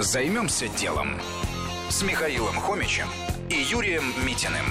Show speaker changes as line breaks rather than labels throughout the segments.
Займемся делом с Михаилом Хомичем и Юрием Митиным.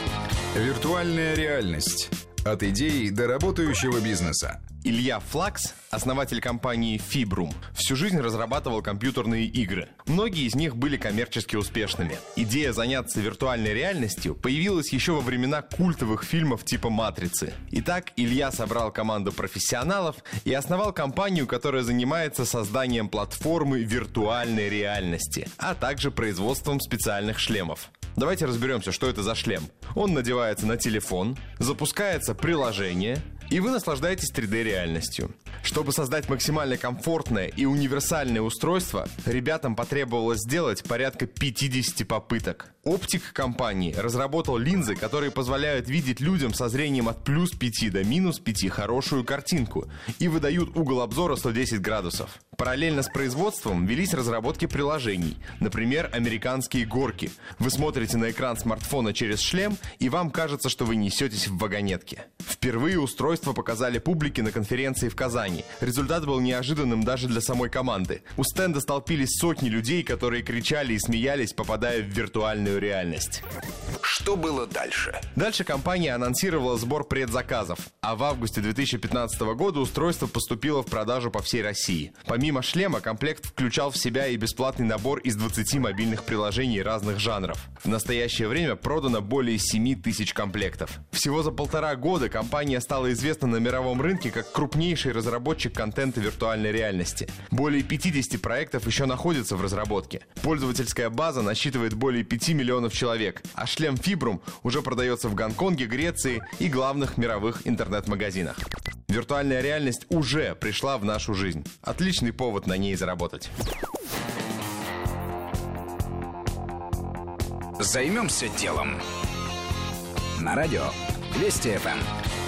Виртуальная реальность. От идей до работающего бизнеса.
Илья Флакс, основатель компании Fibrum, всю жизнь разрабатывал компьютерные игры. Многие из них были коммерчески успешными. Идея заняться виртуальной реальностью появилась еще во времена культовых фильмов типа «Матрицы». Итак, Илья собрал команду профессионалов и основал компанию, которая занимается созданием платформы виртуальной реальности, а также производством специальных шлемов. Давайте разберемся, что это за шлем. Он надевается на телефон, запускается приложение, и вы наслаждаетесь 3D-реальностью. Чтобы создать максимально комфортное и универсальное устройство, ребятам потребовалось сделать порядка 50 попыток. Оптик компании разработал линзы, которые позволяют видеть людям со зрением от +5 до -5 хорошую картинку и выдают угол обзора 110 градусов. Параллельно с производством велись разработки приложений, например, американские горки. Вы смотрите на экран смартфона через шлем, и вам кажется, что вы несетесь в вагонетке. Впервые устройство показали публике на конференции в Казани. Результат был неожиданным даже для самой команды. У стенда столпились сотни людей, которые кричали и смеялись, попадая в виртуальную реальность.
Что было дальше?
Дальше компания анонсировала сбор предзаказов, а в августе 2015 года устройство поступило в продажу по всей России. Помимо шлема, комплект включал в себя и бесплатный набор из 20 мобильных приложений разных жанров. В настоящее время продано более 7 тысяч комплектов. Всего за 1,5 года компания стала известна на мировом рынке как крупнейший разработчик контента виртуальной реальности. Более 50 проектов еще находятся в разработке. Пользовательская база насчитывает более 5 миллионов человек, а шлем Fibrum уже продается в Гонконге, Греции и главных мировых интернет-магазинах. Виртуальная реальность уже пришла в нашу жизнь. Отличный повод на ней заработать.
Займемся делом. На радио Вести ФМ.